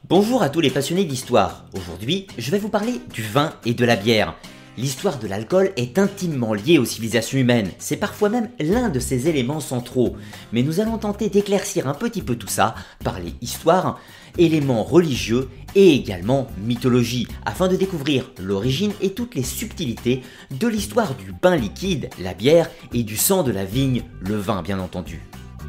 Bonjour à tous les passionnés d'histoire. Aujourd'hui, je vais vous parler du vin et de la bière. L'histoire de l'alcool est intimement liée aux civilisations humaines, c'est parfois même l'un de ses éléments centraux. Mais nous allons tenter d'éclaircir un petit peu tout ça, parler histoire, éléments religieux et également mythologie, afin de découvrir l'origine et toutes les subtilités de l'histoire du pain liquide, la bière, et du sang de la vigne, le vin bien entendu.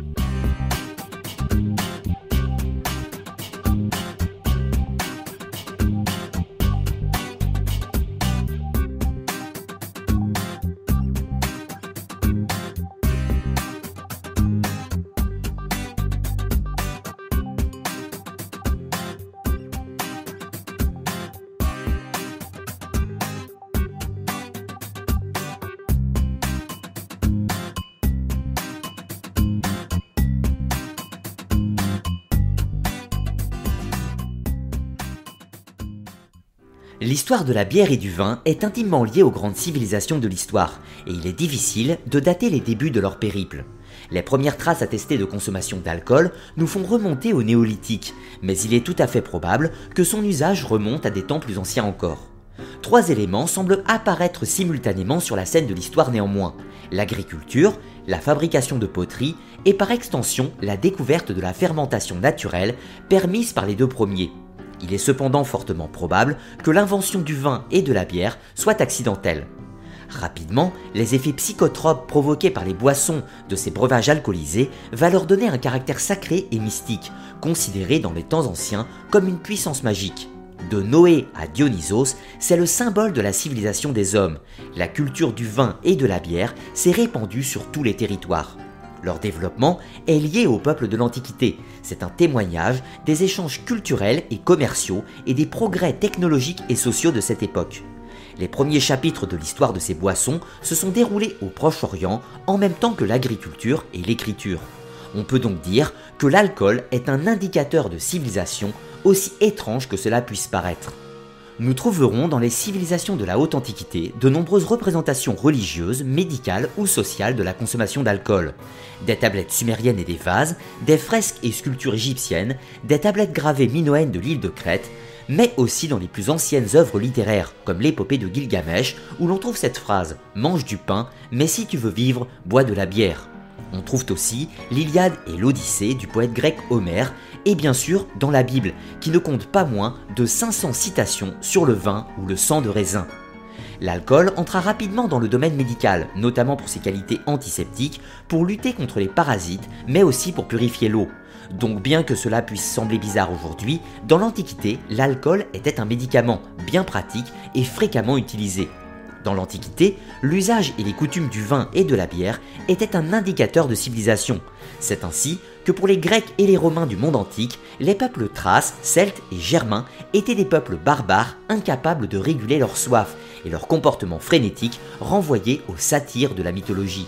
L'histoire de la bière et du vin est intimement liée aux grandes civilisations de l'histoire, et il est difficile de dater les débuts de leur périple. Les premières traces attestées de consommation d'alcool nous font remonter au néolithique, mais il est tout à fait probable que son usage remonte à des temps plus anciens encore. Trois éléments semblent apparaître simultanément sur la scène de l'histoire néanmoins: l'agriculture, la fabrication de poteries et par extension la découverte de la fermentation naturelle permise par les deux premiers. Il est cependant fortement probable que l'invention du vin et de la bière soit accidentelle. Rapidement, les effets psychotropes provoqués par les boissons de ces breuvages alcoolisés va leur donner un caractère sacré et mystique, considéré dans les temps anciens comme une puissance magique. De Noé à Dionysos, c'est le symbole de la civilisation des hommes. La culture du vin et de la bière s'est répandue sur tous les territoires. Leur développement est lié au peuple de l'Antiquité. C'est un témoignage des échanges culturels et commerciaux et des progrès technologiques et sociaux de cette époque. Les premiers chapitres de l'histoire de ces boissons se sont déroulés au Proche-Orient en même temps que l'agriculture et l'écriture. On peut donc dire que l'alcool est un indicateur de civilisation, aussi étrange que cela puisse paraître. Nous trouverons dans les civilisations de la Haute Antiquité de nombreuses représentations religieuses, médicales ou sociales de la consommation d'alcool. Des tablettes sumériennes et des vases, des fresques et sculptures égyptiennes, des tablettes gravées minoennes de l'île de Crète, mais aussi dans les plus anciennes œuvres littéraires, comme l'épopée de Gilgamesh, où l'on trouve cette phrase « Mange du pain, mais si tu veux vivre, bois de la bière ». On trouve aussi l'Iliade et l'Odyssée du poète grec Homère, et bien sûr dans la Bible, qui ne compte pas moins de 500 citations sur le vin ou le sang de raisin. L'alcool entra rapidement dans le domaine médical, notamment pour ses qualités antiseptiques, pour lutter contre les parasites, mais aussi pour purifier l'eau. Donc bien que cela puisse sembler bizarre aujourd'hui, dans l'Antiquité, l'alcool était un médicament bien pratique et fréquemment utilisé. Dans l'Antiquité, l'usage et les coutumes du vin et de la bière étaient un indicateur de civilisation. C'est ainsi que pour les Grecs et les Romains du monde antique, les peuples thraces, celtes et germains étaient des peuples barbares incapables de réguler leur soif, et leur comportement frénétique renvoyait aux satyres de la mythologie.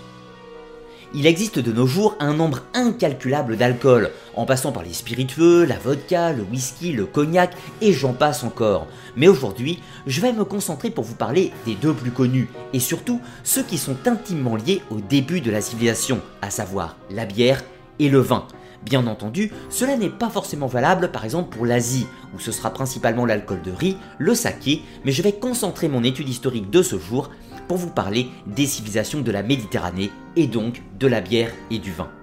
Il existe de nos jours un nombre incalculable d'alcools, en passant par les spiritueux, la vodka, le whisky, le cognac et j'en passe encore. Mais aujourd'hui, je vais me concentrer pour vous parler des deux plus connus, et surtout ceux qui sont intimement liés au début de la civilisation, à savoir la bière et le vin. Bien entendu, cela n'est pas forcément valable par exemple pour l'Asie, où ce sera principalement l'alcool de riz, le saké, mais je vais concentrer mon étude historique de ce jour pour vous parler des civilisations de la Méditerranée et donc de la bière et du vin.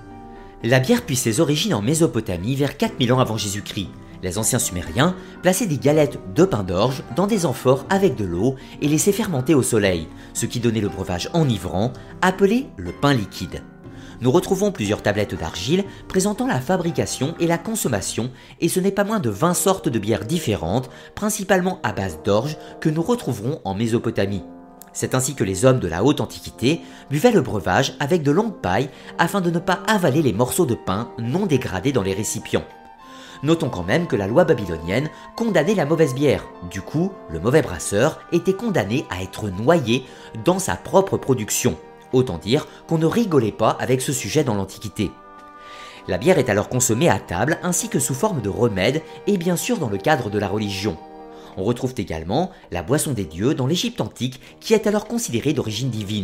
La bière puise ses origines en Mésopotamie vers 4000 ans avant Jésus-Christ. Les anciens Sumériens plaçaient des galettes de pain d'orge dans des amphores avec de l'eau et laissaient fermenter au soleil, ce qui donnait le breuvage enivrant appelé le pain liquide. Nous retrouvons plusieurs tablettes d'argile présentant la fabrication et la consommation, et ce n'est pas moins de 20 sortes de bières différentes, principalement à base d'orge, que nous retrouverons en Mésopotamie. C'est ainsi que les hommes de la Haute Antiquité buvaient le breuvage avec de longues pailles afin de ne pas avaler les morceaux de pain non dégradés dans les récipients. Notons quand même que la loi babylonienne condamnait la mauvaise bière. Du coup, le mauvais brasseur était condamné à être noyé dans sa propre production. Autant dire qu'on ne rigolait pas avec ce sujet dans l'Antiquité. La bière est alors consommée à table ainsi que sous forme de remède et bien sûr dans le cadre de la religion. On retrouve également la boisson des dieux dans l'Égypte antique qui est alors considérée d'origine divine.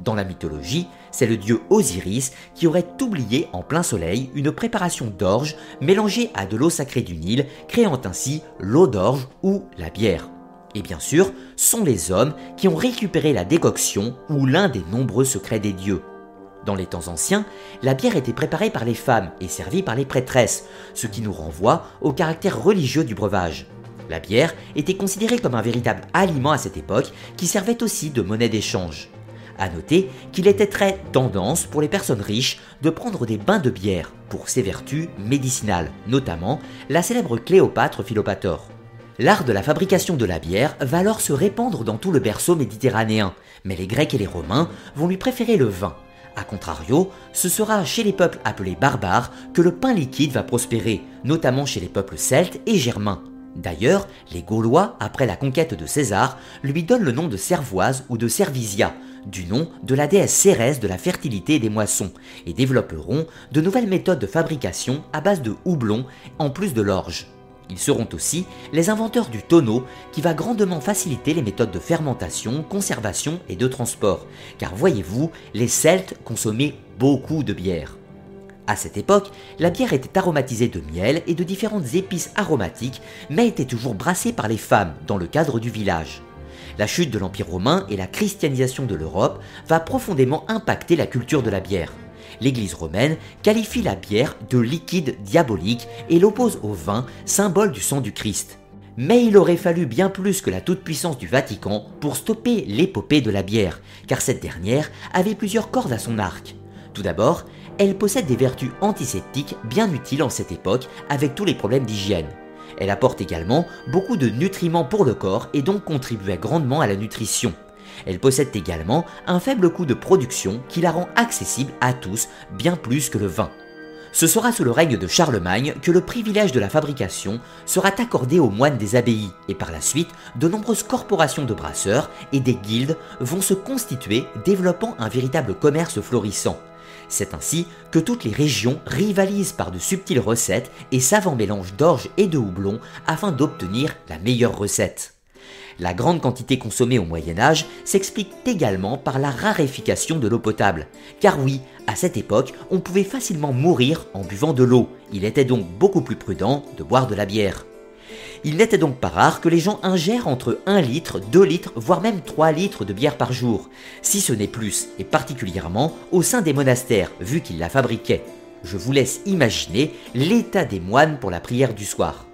Dans la mythologie, c'est le dieu Osiris qui aurait oublié en plein soleil une préparation d'orge mélangée à de l'eau sacrée du Nil, créant ainsi l'eau d'orge ou la bière. Et bien sûr, sont les hommes qui ont récupéré la décoction ou l'un des nombreux secrets des dieux. Dans les temps anciens, la bière était préparée par les femmes et servie par les prêtresses, ce qui nous renvoie au caractère religieux du breuvage. La bière était considérée comme un véritable aliment à cette époque qui servait aussi de monnaie d'échange. A noter qu'il était très tendance pour les personnes riches de prendre des bains de bière pour ses vertus médicinales, notamment la célèbre Cléopâtre Philopator. L'art de la fabrication de la bière va alors se répandre dans tout le berceau méditerranéen, mais les Grecs et les Romains vont lui préférer le vin. A contrario, ce sera chez les peuples appelés barbares que le pain liquide va prospérer, notamment chez les peuples celtes et germains. D'ailleurs, les Gaulois, après la conquête de César, lui donnent le nom de Cervoise ou de Servisia, du nom de la déesse Cérès de la fertilité et des moissons, et développeront de nouvelles méthodes de fabrication à base de houblon en plus de l'orge. Ils seront aussi les inventeurs du tonneau qui va grandement faciliter les méthodes de fermentation, conservation et de transport, car voyez-vous, les Celtes consommaient beaucoup de bière. À cette époque, la bière était aromatisée de miel et de différentes épices aromatiques, mais était toujours brassée par les femmes dans le cadre du village. La chute de l'Empire romain et la christianisation de l'Europe va profondément impacter la culture de la bière. L'Église romaine qualifie la bière de liquide diabolique et l'oppose au vin, symbole du sang du Christ. Mais il aurait fallu bien plus que la toute-puissance du Vatican pour stopper l'épopée de la bière, car cette dernière avait plusieurs cordes à son arc. Tout d'abord, elle possède des vertus antiseptiques bien utiles en cette époque avec tous les problèmes d'hygiène. Elle apporte également beaucoup de nutriments pour le corps et donc contribuait grandement à la nutrition. Elle possède également un faible coût de production qui la rend accessible à tous, bien plus que le vin. Ce sera sous le règne de Charlemagne que le privilège de la fabrication sera accordé aux moines des abbayes et par la suite, de nombreuses corporations de brasseurs et des guildes vont se constituer, développant un véritable commerce florissant. C'est ainsi que toutes les régions rivalisent par de subtiles recettes et savants mélanges d'orge et de houblon afin d'obtenir la meilleure recette. La grande quantité consommée au Moyen-Âge s'explique également par la raréfaction de l'eau potable. Car oui, à cette époque, on pouvait facilement mourir en buvant de l'eau. Il était donc beaucoup plus prudent de boire de la bière. Il n'était donc pas rare que les gens ingèrent entre 1 litre, 2 litres, voire même 3 litres de bière par jour, si ce n'est plus, et particulièrement au sein des monastères, vu qu'ils la fabriquaient. Je vous laisse imaginer l'état des moines pour la prière du soir.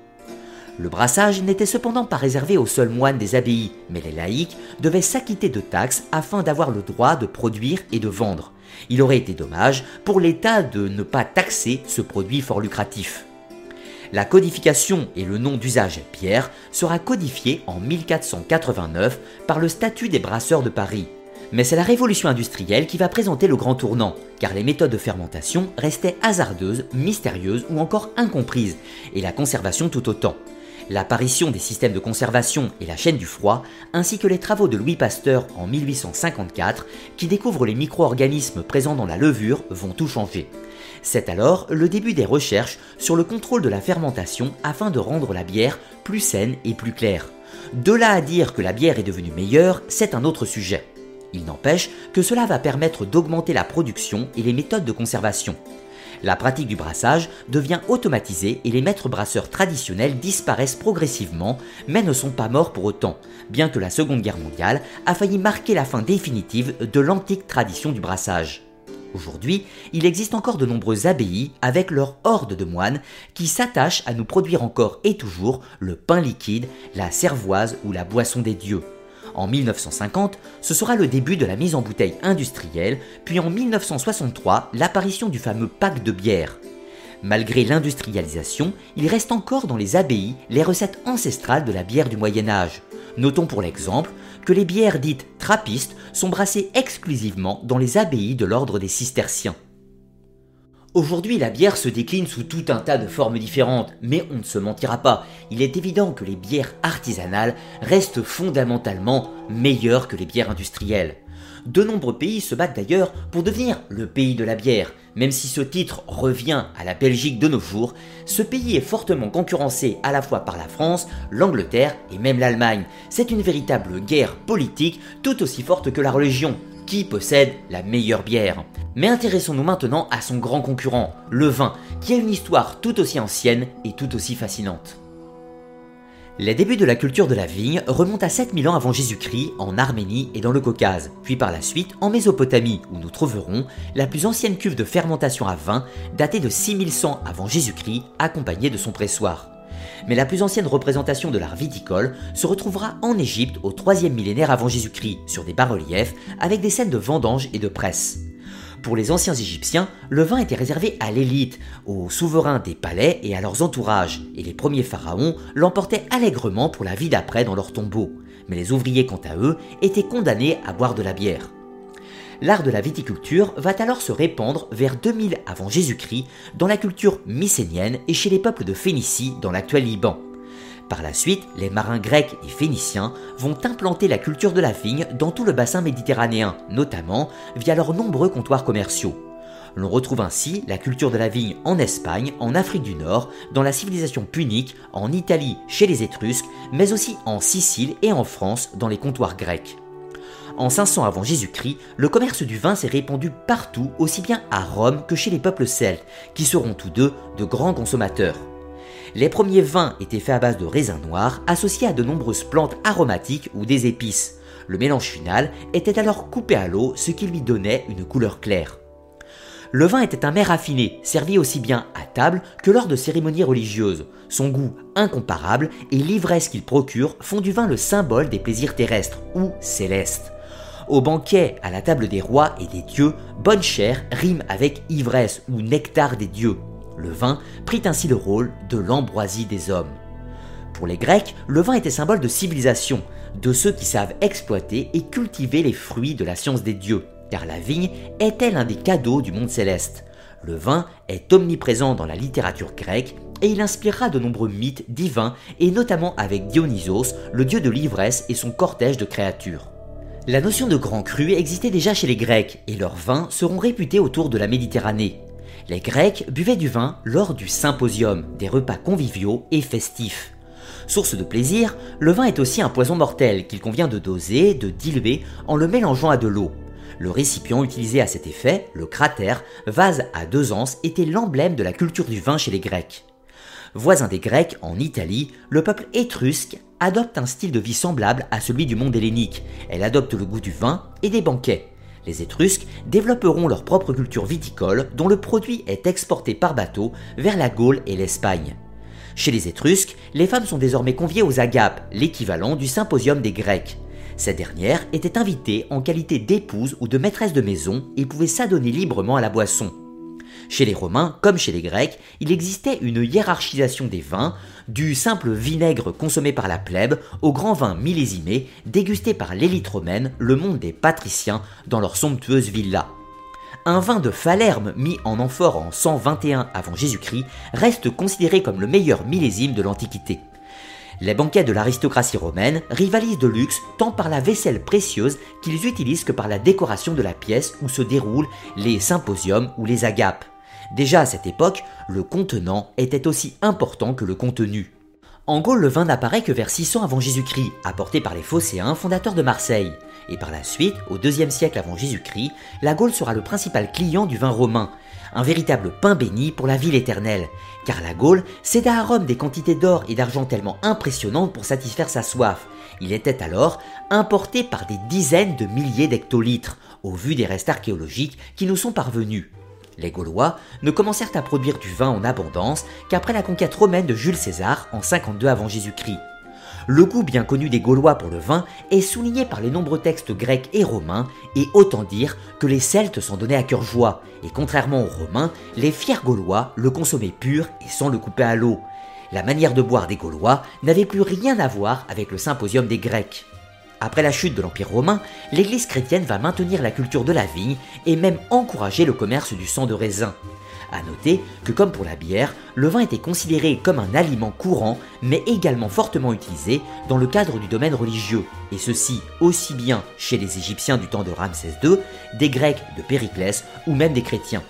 Le brassage n'était cependant pas réservé aux seuls moines des abbayes, mais les laïcs devaient s'acquitter de taxes afin d'avoir le droit de produire et de vendre. Il aurait été dommage pour l'État de ne pas taxer ce produit fort lucratif. La codification et le nom d'usage bière sera codifié en 1489 par le statut des brasseurs de Paris. Mais c'est la révolution industrielle qui va présenter le grand tournant, car les méthodes de fermentation restaient hasardeuses, mystérieuses ou encore incomprises, et la conservation tout autant. L'apparition des systèmes de conservation et la chaîne du froid, ainsi que les travaux de Louis Pasteur en 1854, qui découvrent les micro-organismes présents dans la levure, vont tout changer. C'est alors le début des recherches sur le contrôle de la fermentation afin de rendre la bière plus saine et plus claire. De là à dire que la bière est devenue meilleure, c'est un autre sujet. Il n'empêche que cela va permettre d'augmenter la production et les méthodes de conservation. La pratique du brassage devient automatisée et les maîtres brasseurs traditionnels disparaissent progressivement, mais ne sont pas morts pour autant, bien que la Seconde Guerre mondiale a failli marquer la fin définitive de l'antique tradition du brassage. Aujourd'hui, il existe encore de nombreuses abbayes avec leurs hordes de moines qui s'attachent à nous produire encore et toujours le pain liquide, la cervoise ou la boisson des dieux. En 1950, ce sera le début de la mise en bouteille industrielle, puis en 1963, l'apparition du fameux pack de bière. Malgré l'industrialisation, il reste encore dans les abbayes les recettes ancestrales de la bière du Moyen-Âge. Notons pour l'exemple que les bières dites trappistes sont brassées exclusivement dans les abbayes de l'ordre des cisterciens. Aujourd'hui, la bière se décline sous tout un tas de formes différentes, mais on ne se mentira pas, il est évident que les bières artisanales restent fondamentalement meilleures que les bières industrielles. De nombreux pays se battent d'ailleurs pour devenir le pays de la bière. Même si ce titre revient à la Belgique de nos jours, ce pays est fortement concurrencé à la fois par la France, l'Angleterre et même l'Allemagne. C'est une véritable guerre politique tout aussi forte que la religion. qui possède la meilleure bière. Mais intéressons-nous maintenant à son grand concurrent, le vin, qui a une histoire tout aussi ancienne et tout aussi fascinante. Les débuts de la culture de la vigne remontent à 7000 ans avant Jésus-Christ en Arménie et dans le Caucase, puis par la suite en Mésopotamie où nous trouverons la plus ancienne cuve de fermentation à vin datée de 6100 avant Jésus-Christ accompagnée de son pressoir. Mais la plus ancienne représentation de l'art viticole se retrouvera en Égypte au 3e millénaire avant Jésus-Christ sur des bas-reliefs avec des scènes de vendange et de presse. Pour les anciens Égyptiens, le vin était réservé à l'élite, aux souverains des palais et à leurs entourages, et les premiers pharaons l'emportaient allègrement pour la vie d'après dans leurs tombeaux. Mais les ouvriers, quant à eux, étaient condamnés à boire de la bière. L'art de la viticulture va alors se répandre vers 2000 avant Jésus-Christ dans la culture mycénienne et chez les peuples de Phénicie dans l'actuel Liban. Par la suite, les marins grecs et phéniciens vont implanter la culture de la vigne dans tout le bassin méditerranéen, notamment via leurs nombreux comptoirs commerciaux. L'on retrouve ainsi la culture de la vigne en Espagne, en Afrique du Nord, dans la civilisation punique, en Italie chez les Étrusques, mais aussi en Sicile et en France dans les comptoirs grecs. En 500 avant Jésus-Christ, le commerce du vin s'est répandu partout, aussi bien à Rome que chez les peuples celtes, qui seront tous deux de grands consommateurs. Les premiers vins étaient faits à base de raisins noirs associés à de nombreuses plantes aromatiques ou des épices. Le mélange final était alors coupé à l'eau, ce qui lui donnait une couleur claire. Le vin était un mets raffiné, servi aussi bien à table que lors de cérémonies religieuses. Son goût incomparable et l'ivresse qu'il procure font du vin le symbole des plaisirs terrestres ou célestes. Au banquet, à la table des rois et des dieux, bonne chère rime avec ivresse ou nectar des dieux. Le vin prit ainsi le rôle de l'ambroisie des hommes. Pour les Grecs, le vin était symbole de civilisation, de ceux qui savent exploiter et cultiver les fruits de la science des dieux, car la vigne était l'un des cadeaux du monde céleste. Le vin est omniprésent dans la littérature grecque et il inspirera de nombreux mythes divins et notamment avec Dionysos, le dieu de l'ivresse et son cortège de créatures. La notion de grand cru existait déjà chez les Grecs et leurs vins seront réputés autour de la Méditerranée. Les Grecs buvaient du vin lors du symposium, des repas conviviaux et festifs. Source de plaisir, le vin est aussi un poison mortel qu'il convient de doser, de diluer en le mélangeant à de l'eau. Le récipient utilisé à cet effet, le cratère, vase à 2 anses, était l'emblème de la culture du vin chez les Grecs. Voisin des Grecs, en Italie, le peuple étrusque adopte un style de vie semblable à celui du monde hellénique. Elle adopte le goût du vin et des banquets. Les Étrusques développeront leur propre culture viticole dont le produit est exporté par bateau vers la Gaule et l'Espagne. Chez les Étrusques, les femmes sont désormais conviées aux agapes, l'équivalent du symposium des Grecs. Ces dernières étaient invitées en qualité d'épouse ou de maîtresse de maison et pouvaient s'adonner librement à la boisson. Chez les Romains, comme chez les Grecs, il existait une hiérarchisation des vins, du simple vinaigre consommé par la plèbe au grand vin millésimé dégusté par l'élite romaine, le monde des patriciens, dans leurs somptueuses villas. Un vin de Falerme mis en amphore en 121 avant Jésus-Christ reste considéré comme le meilleur millésime de l'Antiquité. Les banquets de l'aristocratie romaine rivalisent de luxe tant par la vaisselle précieuse qu'ils utilisent que par la décoration de la pièce où se déroulent les symposiums ou les agapes. Déjà à cette époque, le contenant était aussi important que le contenu. En Gaule, le vin n'apparaît que vers 600 avant Jésus-Christ, apporté par les Phocéens, fondateurs de Marseille. Et par la suite, au IIe siècle avant Jésus-Christ, la Gaule sera le principal client du vin romain, un véritable pain béni pour la ville éternelle, car la Gaule céda à Rome des quantités d'or et d'argent tellement impressionnantes pour satisfaire sa soif. Il était alors importé par des dizaines de milliers d'hectolitres, au vu des restes archéologiques qui nous sont parvenus. Les Gaulois ne commencèrent à produire du vin en abondance qu'après la conquête romaine de Jules César en 52 avant Jésus-Christ. Le goût bien connu des Gaulois pour le vin est souligné par les nombreux textes grecs et romains, et autant dire que les Celtes s'en donnaient à cœur joie, et contrairement aux Romains, les fiers Gaulois le consommaient pur et sans le couper à l'eau. La manière de boire des Gaulois n'avait plus rien à voir avec le symposium des Grecs. Après la chute de l'Empire romain, l'Église chrétienne va maintenir la culture de la vigne et même encourager le commerce du sang de raisin. A noter que comme pour la bière, le vin était considéré comme un aliment courant mais également fortement utilisé dans le cadre du domaine religieux, et ceci aussi bien chez les Égyptiens du temps de Ramsès II, des Grecs de Périclès ou même des chrétiens.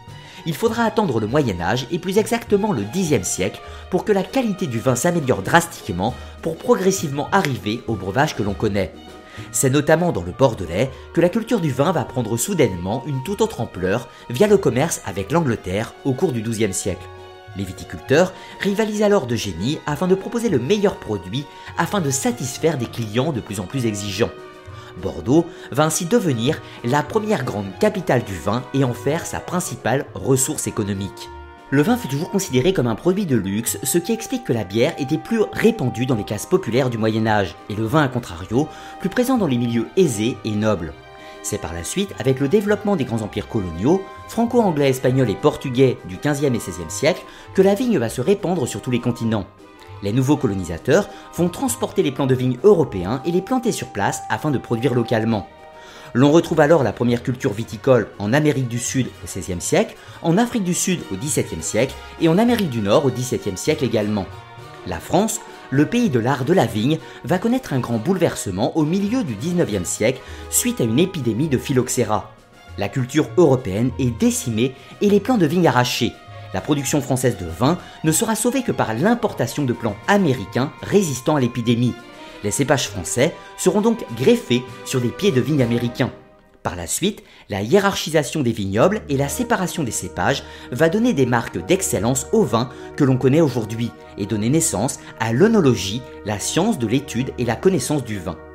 Il faudra attendre le Moyen-Âge et plus exactement le Xe siècle pour que la qualité du vin s'améliore drastiquement pour progressivement arriver au breuvage que l'on connaît. C'est notamment dans le Bordelais que la culture du vin va prendre soudainement une toute autre ampleur via le commerce avec l'Angleterre au cours du XIIe siècle. Les viticulteurs rivalisent alors de génie afin de proposer le meilleur produit afin de satisfaire des clients de plus en plus exigeants. Bordeaux va ainsi devenir la première grande capitale du vin et en faire sa principale ressource économique. Le vin fut toujours considéré comme un produit de luxe, ce qui explique que la bière était plus répandue dans les classes populaires du Moyen-Âge, et le vin, à contrario, plus présent dans les milieux aisés et nobles. C'est par la suite, avec le développement des grands empires coloniaux, franco-anglais, espagnols et portugais du XVe et XVIe siècle, que la vigne va se répandre sur tous les continents. Les nouveaux colonisateurs vont transporter les plants de vigne européens et les planter sur place afin de produire localement. L'on retrouve alors la première culture viticole en Amérique du Sud au XVIe siècle, en Afrique du Sud au XVIIe siècle et en Amérique du Nord au XVIIe siècle également. La France, le pays de l'art de la vigne, va connaître un grand bouleversement au milieu du XIXe siècle suite à une épidémie de phylloxéra. La culture européenne est décimée et les plants de vigne arrachés. La production française de vin ne sera sauvée que par l'importation de plants américains résistants à l'épidémie. Les cépages français seront donc greffés sur des pieds de vigne américains. Par la suite, la hiérarchisation des vignobles et la séparation des cépages va donner des marques d'excellence au vin que l'on connaît aujourd'hui et donner naissance à l'œnologie, la science de l'étude et la connaissance du vin.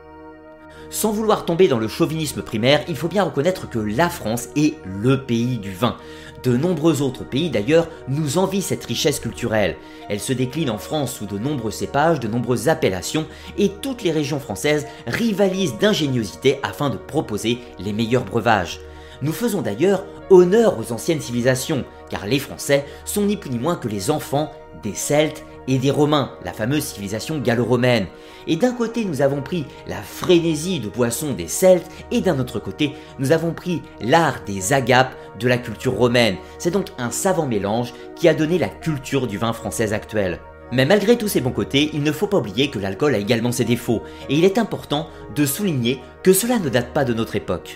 Sans vouloir tomber dans le chauvinisme primaire, il faut bien reconnaître que la France est le pays du vin. De nombreux autres pays d'ailleurs nous envient cette richesse culturelle. Elle se décline en France sous de nombreux cépages, de nombreuses appellations et toutes les régions françaises rivalisent d'ingéniosité afin de proposer les meilleurs breuvages. Nous faisons d'ailleurs honneur aux anciennes civilisations, car les Français sont ni plus ni moins que les enfants des Celtes et des Romains, la fameuse civilisation gallo-romaine. Et d'un côté, nous avons pris la frénésie de boissons des Celtes, et d'un autre côté, nous avons pris l'art des agapes de la culture romaine. C'est donc un savant mélange qui a donné la culture du vin français actuel. Mais malgré tous ces bons côtés, il ne faut pas oublier que l'alcool a également ses défauts, et il est important de souligner que cela ne date pas de notre époque.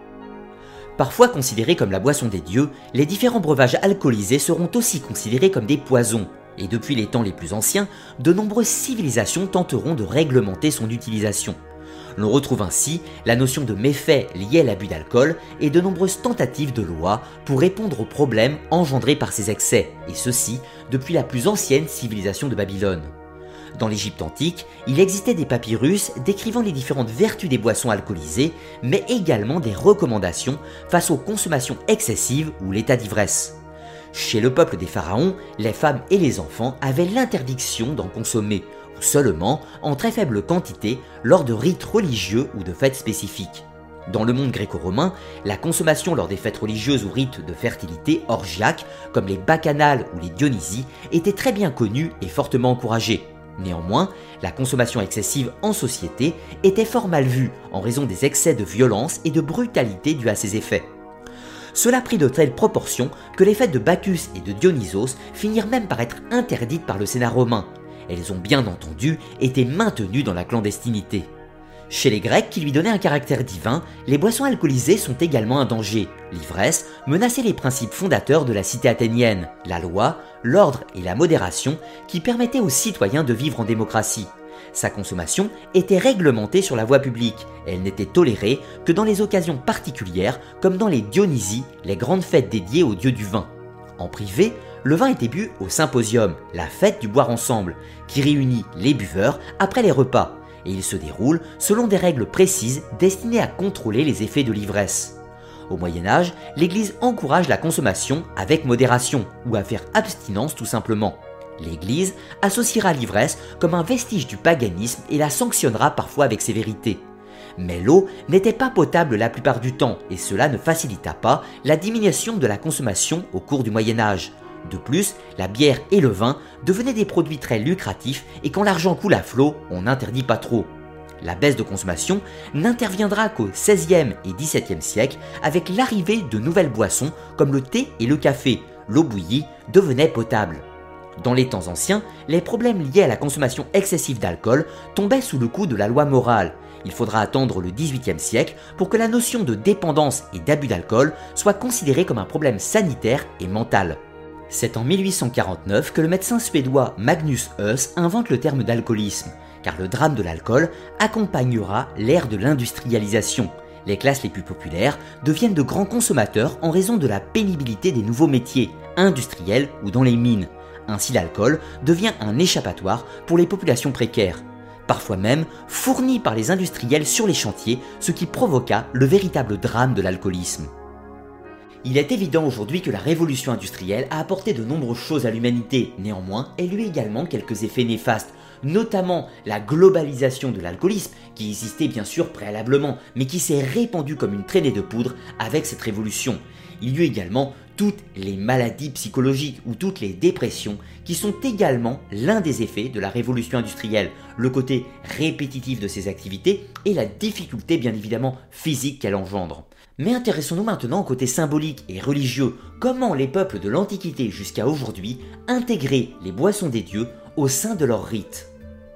Parfois considérés comme la boisson des dieux, les différents breuvages alcoolisés seront aussi considérés comme des poisons. Et depuis les temps les plus anciens, de nombreuses civilisations tenteront de réglementer son utilisation. L'on retrouve ainsi la notion de méfait lié à l'abus d'alcool et de nombreuses tentatives de loi pour répondre aux problèmes engendrés par ces excès, et ceci depuis la plus ancienne civilisation de Babylone. Dans l'Égypte antique, il existait des papyrus décrivant les différentes vertus des boissons alcoolisées, mais également des recommandations face aux consommations excessives ou l'état d'ivresse. Chez le peuple des pharaons, les femmes et les enfants avaient l'interdiction d'en consommer, ou seulement en très faible quantité lors de rites religieux ou de fêtes spécifiques. Dans le monde gréco-romain, la consommation lors des fêtes religieuses ou rites de fertilité orgiaques, comme les bacchanales ou les dionysies, était très bien connue et fortement encouragée. Néanmoins, la consommation excessive en société était fort mal vue en raison des excès de violence et de brutalité dus à ses effets. Cela prit de telles proportions que les fêtes de Bacchus et de Dionysos finirent même par être interdites par le Sénat romain. Elles ont bien entendu été maintenues dans la clandestinité. Chez les Grecs qui lui donnaient un caractère divin, les boissons alcoolisées sont également un danger. L'ivresse menaçait les principes fondateurs de la cité athénienne, la loi, l'ordre et la modération qui permettaient aux citoyens de vivre en démocratie. Sa consommation était réglementée sur la voie publique, et elle n'était tolérée que dans les occasions particulières comme dans les Dionysies, les grandes fêtes dédiées au dieu du vin. En privé, le vin était bu au symposium, la fête du boire ensemble, qui réunit les buveurs après les repas, et il se déroule selon des règles précises destinées à contrôler les effets de l'ivresse. Au Moyen-Âge, l'Église encourage la consommation avec modération, ou à faire abstinence tout simplement. L'Église associera l'ivresse comme un vestige du paganisme et la sanctionnera parfois avec sévérité. Mais l'eau n'était pas potable la plupart du temps et cela ne facilita pas la diminution de la consommation au cours du Moyen-Âge. De plus, la bière et le vin devenaient des produits très lucratifs et quand l'argent coule à flot, on n'interdit pas trop. La baisse de consommation n'interviendra qu'au XVIe et XVIIe siècle avec l'arrivée de nouvelles boissons comme le thé et le café. L'eau bouillie devenait potable. Dans les temps anciens, les problèmes liés à la consommation excessive d'alcool tombaient sous le coup de la loi morale. Il faudra attendre le XVIIIe siècle pour que la notion de dépendance et d'abus d'alcool soit considérée comme un problème sanitaire et mental. C'est en 1849 que le médecin suédois Magnus Huss invente le terme d'alcoolisme, car le drame de l'alcool accompagnera l'ère de l'industrialisation. Les classes les plus populaires deviennent de grands consommateurs en raison de la pénibilité des nouveaux métiers, industriels ou dans les mines. Ainsi l'alcool devient un échappatoire pour les populations précaires, parfois même fourni par les industriels sur les chantiers, ce qui provoqua le véritable drame de l'alcoolisme. Il est évident aujourd'hui que la révolution industrielle a apporté de nombreuses choses à l'humanité. Néanmoins, elle eut également quelques effets néfastes, notamment la globalisation de l'alcoolisme, qui existait bien sûr préalablement, mais qui s'est répandue comme une traînée de poudre avec cette révolution. Il y eut également toutes les maladies psychologiques ou toutes les dépressions qui sont également l'un des effets de la révolution industrielle, le côté répétitif de ces activités et la difficulté bien évidemment physique qu'elle engendre. Mais intéressons-nous maintenant au côté symbolique et religieux, comment les peuples de l'Antiquité jusqu'à aujourd'hui intégraient les boissons des dieux au sein de leurs rites.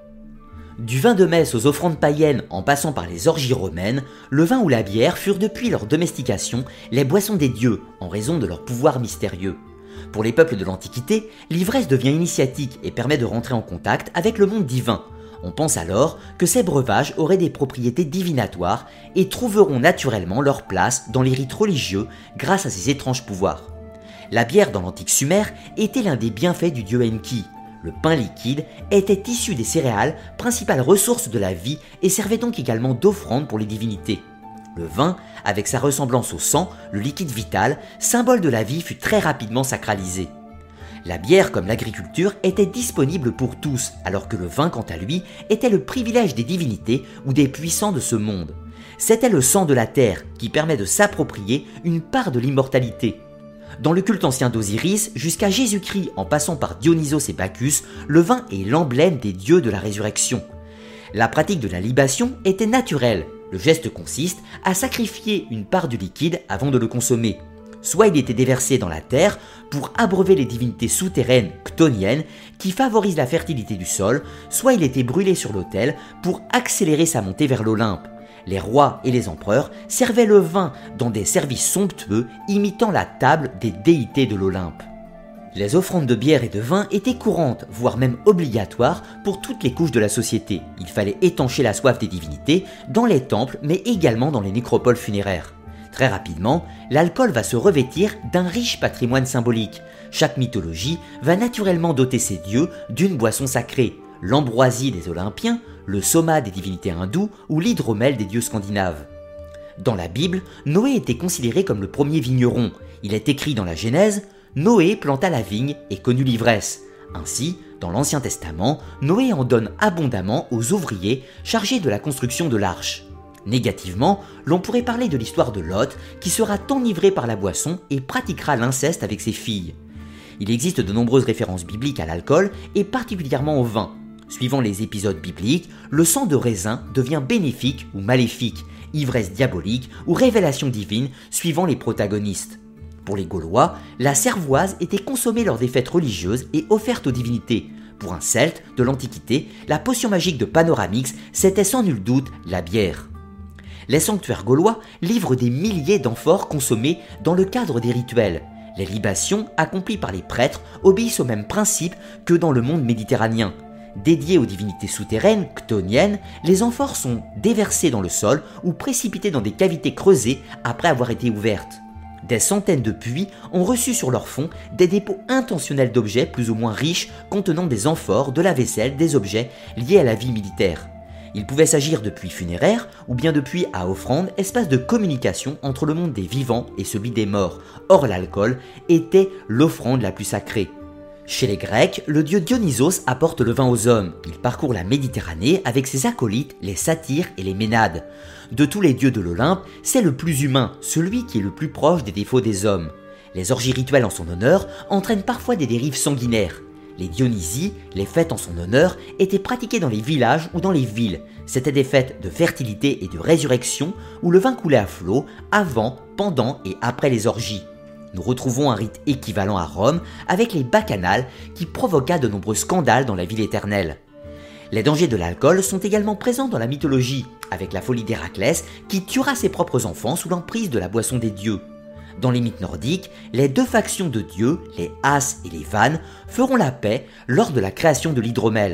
Du vin de messe aux offrandes païennes en passant par les orgies romaines, le vin ou la bière furent depuis leur domestication les boissons des dieux en raison de leur pouvoir mystérieux. Pour les peuples de l'Antiquité, l'ivresse devient initiatique et permet de rentrer en contact avec le monde divin. On pense alors que ces breuvages auraient des propriétés divinatoires et trouveront naturellement leur place dans les rites religieux grâce à ces étranges pouvoirs. La bière dans l'antique Sumer était l'un des bienfaits du dieu Enki. Le pain liquide était issu des céréales, principale ressource de la vie, et servait donc également d'offrande pour les divinités. Le vin, avec sa ressemblance au sang, le liquide vital, symbole de la vie, fut très rapidement sacralisé. La bière, comme l'agriculture, était disponible pour tous, alors que le vin, quant à lui, était le privilège des divinités ou des puissants de ce monde. C'était le sang de la terre qui permet de s'approprier une part de l'immortalité. Dans le culte ancien d'Osiris, jusqu'à Jésus-Christ en passant par Dionysos et Bacchus, le vin est l'emblème des dieux de la résurrection. La pratique de la libation était naturelle. Le geste consiste à sacrifier une part du liquide avant de le consommer. Soit il était déversé dans la terre pour abreuver les divinités souterraines chtoniennes qui favorisent la fertilité du sol, soit il était brûlé sur l'autel pour accélérer sa montée vers l'Olympe. Les rois et les empereurs servaient le vin dans des services somptueux imitant la table des déités de l'Olympe. Les offrandes de bière et de vin étaient courantes, voire même obligatoires pour toutes les couches de la société. Il fallait étancher la soif des divinités dans les temples mais également dans les nécropoles funéraires. Très rapidement, l'alcool va se revêtir d'un riche patrimoine symbolique. Chaque mythologie va naturellement doter ses dieux d'une boisson sacrée. L'ambroisie des Olympiens, le soma des divinités hindoues ou l'hydromel des dieux scandinaves. Dans la Bible, Noé était considéré comme le premier vigneron. Il est écrit dans la Genèse, Noé planta la vigne et connut l'ivresse. Ainsi, dans l'Ancien Testament, Noé en donne abondamment aux ouvriers chargés de la construction de l'arche. Négativement, l'on pourrait parler de l'histoire de Lot qui sera enivré par la boisson et pratiquera l'inceste avec ses filles. Il existe de nombreuses références bibliques à l'alcool et particulièrement au vin. Suivant les épisodes bibliques, le sang de raisin devient bénéfique ou maléfique, ivresse diabolique ou révélation divine suivant les protagonistes. Pour les Gaulois, la cervoise était consommée lors des fêtes religieuses et offerte aux divinités. Pour un Celte de l'Antiquité, la potion magique de Panoramix, c'était sans nul doute la bière. Les sanctuaires gaulois livrent des milliers d'amphores consommées dans le cadre des rituels. Les libations, accomplies par les prêtres, obéissent au même principe que dans le monde méditerranéen. Dédiés aux divinités souterraines, chtoniennes, les amphores sont déversées dans le sol ou précipitées dans des cavités creusées après avoir été ouvertes. Des centaines de puits ont reçu sur leur fond des dépôts intentionnels d'objets plus ou moins riches contenant des amphores, de la vaisselle, des objets liés à la vie militaire. Il pouvait s'agir de puits funéraires ou bien de puits à offrande, espace de communication entre le monde des vivants et celui des morts. Or l'alcool était l'offrande la plus sacrée. Chez les Grecs, le dieu Dionysos apporte le vin aux hommes. Il parcourt la Méditerranée avec ses acolytes, les satyres et les ménades. De tous les dieux de l'Olympe, c'est le plus humain, celui qui est le plus proche des défauts des hommes. Les orgies rituelles en son honneur entraînent parfois des dérives sanguinaires. Les Dionysies, les fêtes en son honneur, étaient pratiquées dans les villages ou dans les villes. C'étaient des fêtes de fertilité et de résurrection où le vin coulait à flot avant, pendant et après les orgies. Nous retrouvons un rite équivalent à Rome avec les bacchanales qui provoqua de nombreux scandales dans la ville éternelle. Les dangers de l'alcool sont également présents dans la mythologie, avec la folie d'Héraclès qui tuera ses propres enfants sous l'emprise de la boisson des dieux. Dans les mythes nordiques, les deux factions de dieux, les As et les Vannes, feront la paix lors de la création de l'hydromel.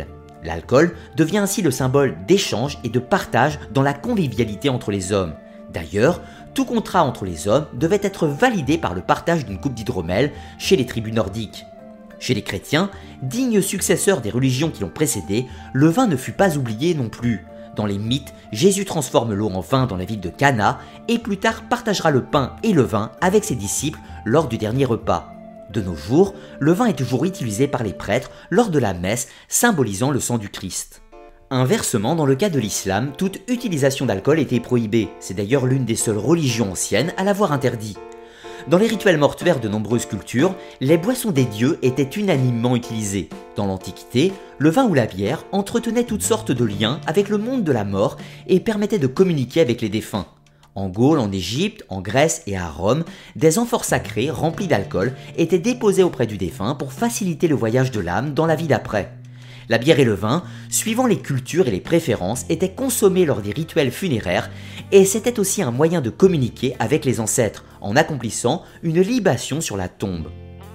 L'alcool devient ainsi le symbole d'échange et de partage dans la convivialité entre les hommes. D'ailleurs, tout contrat entre les hommes devait être validé par le partage d'une coupe d'hydromel chez les tribus nordiques. Chez les chrétiens, dignes successeurs des religions qui l'ont précédé, le vin ne fut pas oublié non plus. Dans les mythes, Jésus transforme l'eau en vin dans la ville de Cana et plus tard partagera le pain et le vin avec ses disciples lors du dernier repas. De nos jours, le vin est toujours utilisé par les prêtres lors de la messe, symbolisant le sang du Christ. Inversement, dans le cas de l'islam, toute utilisation d'alcool était prohibée. C'est d'ailleurs l'une des seules religions anciennes à l'avoir interdit. Dans les rituels mortuaires de nombreuses cultures, les boissons des dieux étaient unanimement utilisées. Dans l'Antiquité, le vin ou la bière entretenaient toutes sortes de liens avec le monde de la mort et permettaient de communiquer avec les défunts. En Gaule, en Égypte, en Grèce et à Rome, des amphores sacrées remplies d'alcool étaient déposées auprès du défunt pour faciliter le voyage de l'âme dans la vie d'après. La bière et le vin, suivant les cultures et les préférences, étaient consommés lors des rituels funéraires et c'était aussi un moyen de communiquer avec les ancêtres en accomplissant une libation sur la tombe.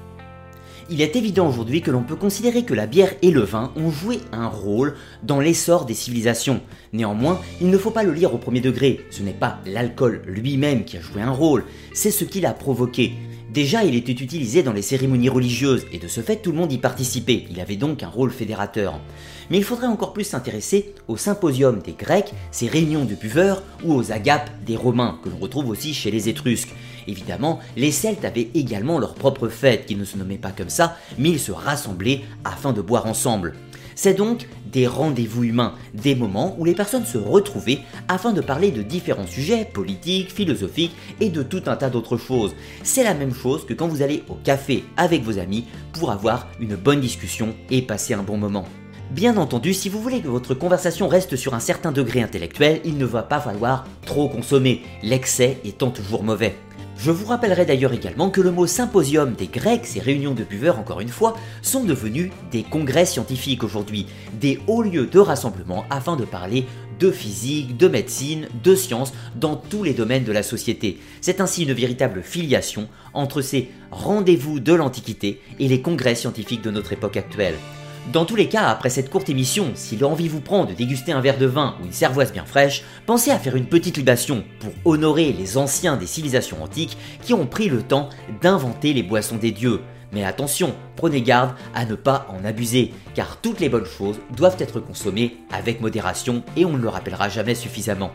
Il est évident aujourd'hui que l'on peut considérer que la bière et le vin ont joué un rôle dans l'essor des civilisations. Néanmoins, il ne faut pas le lire au premier degré. Ce n'est pas l'alcool lui-même qui a joué un rôle, c'est ce qui l'a provoqué. Déjà, il était utilisé dans les cérémonies religieuses et de ce fait, tout le monde y participait. Il avait donc un rôle fédérateur. Mais il faudrait encore plus s'intéresser au symposium des Grecs, ces réunions de buveurs, ou aux agapes des Romains, que l'on retrouve aussi chez les Étrusques. Évidemment, les Celtes avaient également leur propre fête, qui ne se nommait pas comme ça, mais ils se rassemblaient afin de boire ensemble. C'est donc des rendez-vous humains, des moments où les personnes se retrouvaient afin de parler de différents sujets politiques, philosophiques et de tout un tas d'autres choses. C'est la même chose que quand vous allez au café avec vos amis pour avoir une bonne discussion et passer un bon moment. Bien entendu, si vous voulez que votre conversation reste sur un certain degré intellectuel, il ne va pas falloir trop consommer, l'excès étant toujours mauvais. Je vous rappellerai d'ailleurs également que le mot symposium des Grecs, ces réunions de buveurs encore une fois, sont devenus des congrès scientifiques aujourd'hui, des hauts lieux de rassemblement afin de parler de physique, de médecine, de sciences, dans tous les domaines de la société. C'est ainsi une véritable filiation entre ces rendez-vous de l'Antiquité et les congrès scientifiques de notre époque actuelle. Dans tous les cas, après cette courte émission, si l'envie vous prend de déguster un verre de vin ou une cervoise bien fraîche, pensez à faire une petite libation pour honorer les anciens des civilisations antiques qui ont pris le temps d'inventer les boissons des dieux. Mais attention, prenez garde à ne pas en abuser, car toutes les bonnes choses doivent être consommées avec modération et on ne le rappellera jamais suffisamment.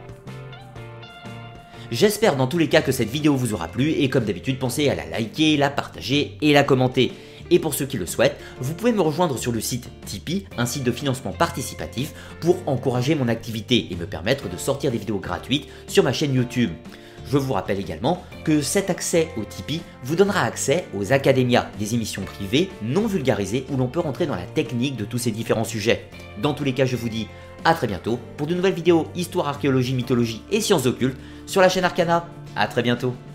J'espère dans tous les cas que cette vidéo vous aura plu et comme d'habitude pensez à la liker, la partager et la commenter. Et pour ceux qui le souhaitent, vous pouvez me rejoindre sur le site Tipeee, un site de financement participatif pour encourager mon activité et me permettre de sortir des vidéos gratuites sur ma chaîne YouTube. Je vous rappelle également que cet accès au Tipeee vous donnera accès aux Académias, des émissions privées non vulgarisées où l'on peut rentrer dans la technique de tous ces différents sujets. Dans tous les cas, je vous dis à très bientôt pour de nouvelles vidéos histoire, archéologie, mythologie et sciences occultes sur la chaîne Arcana. À très bientôt.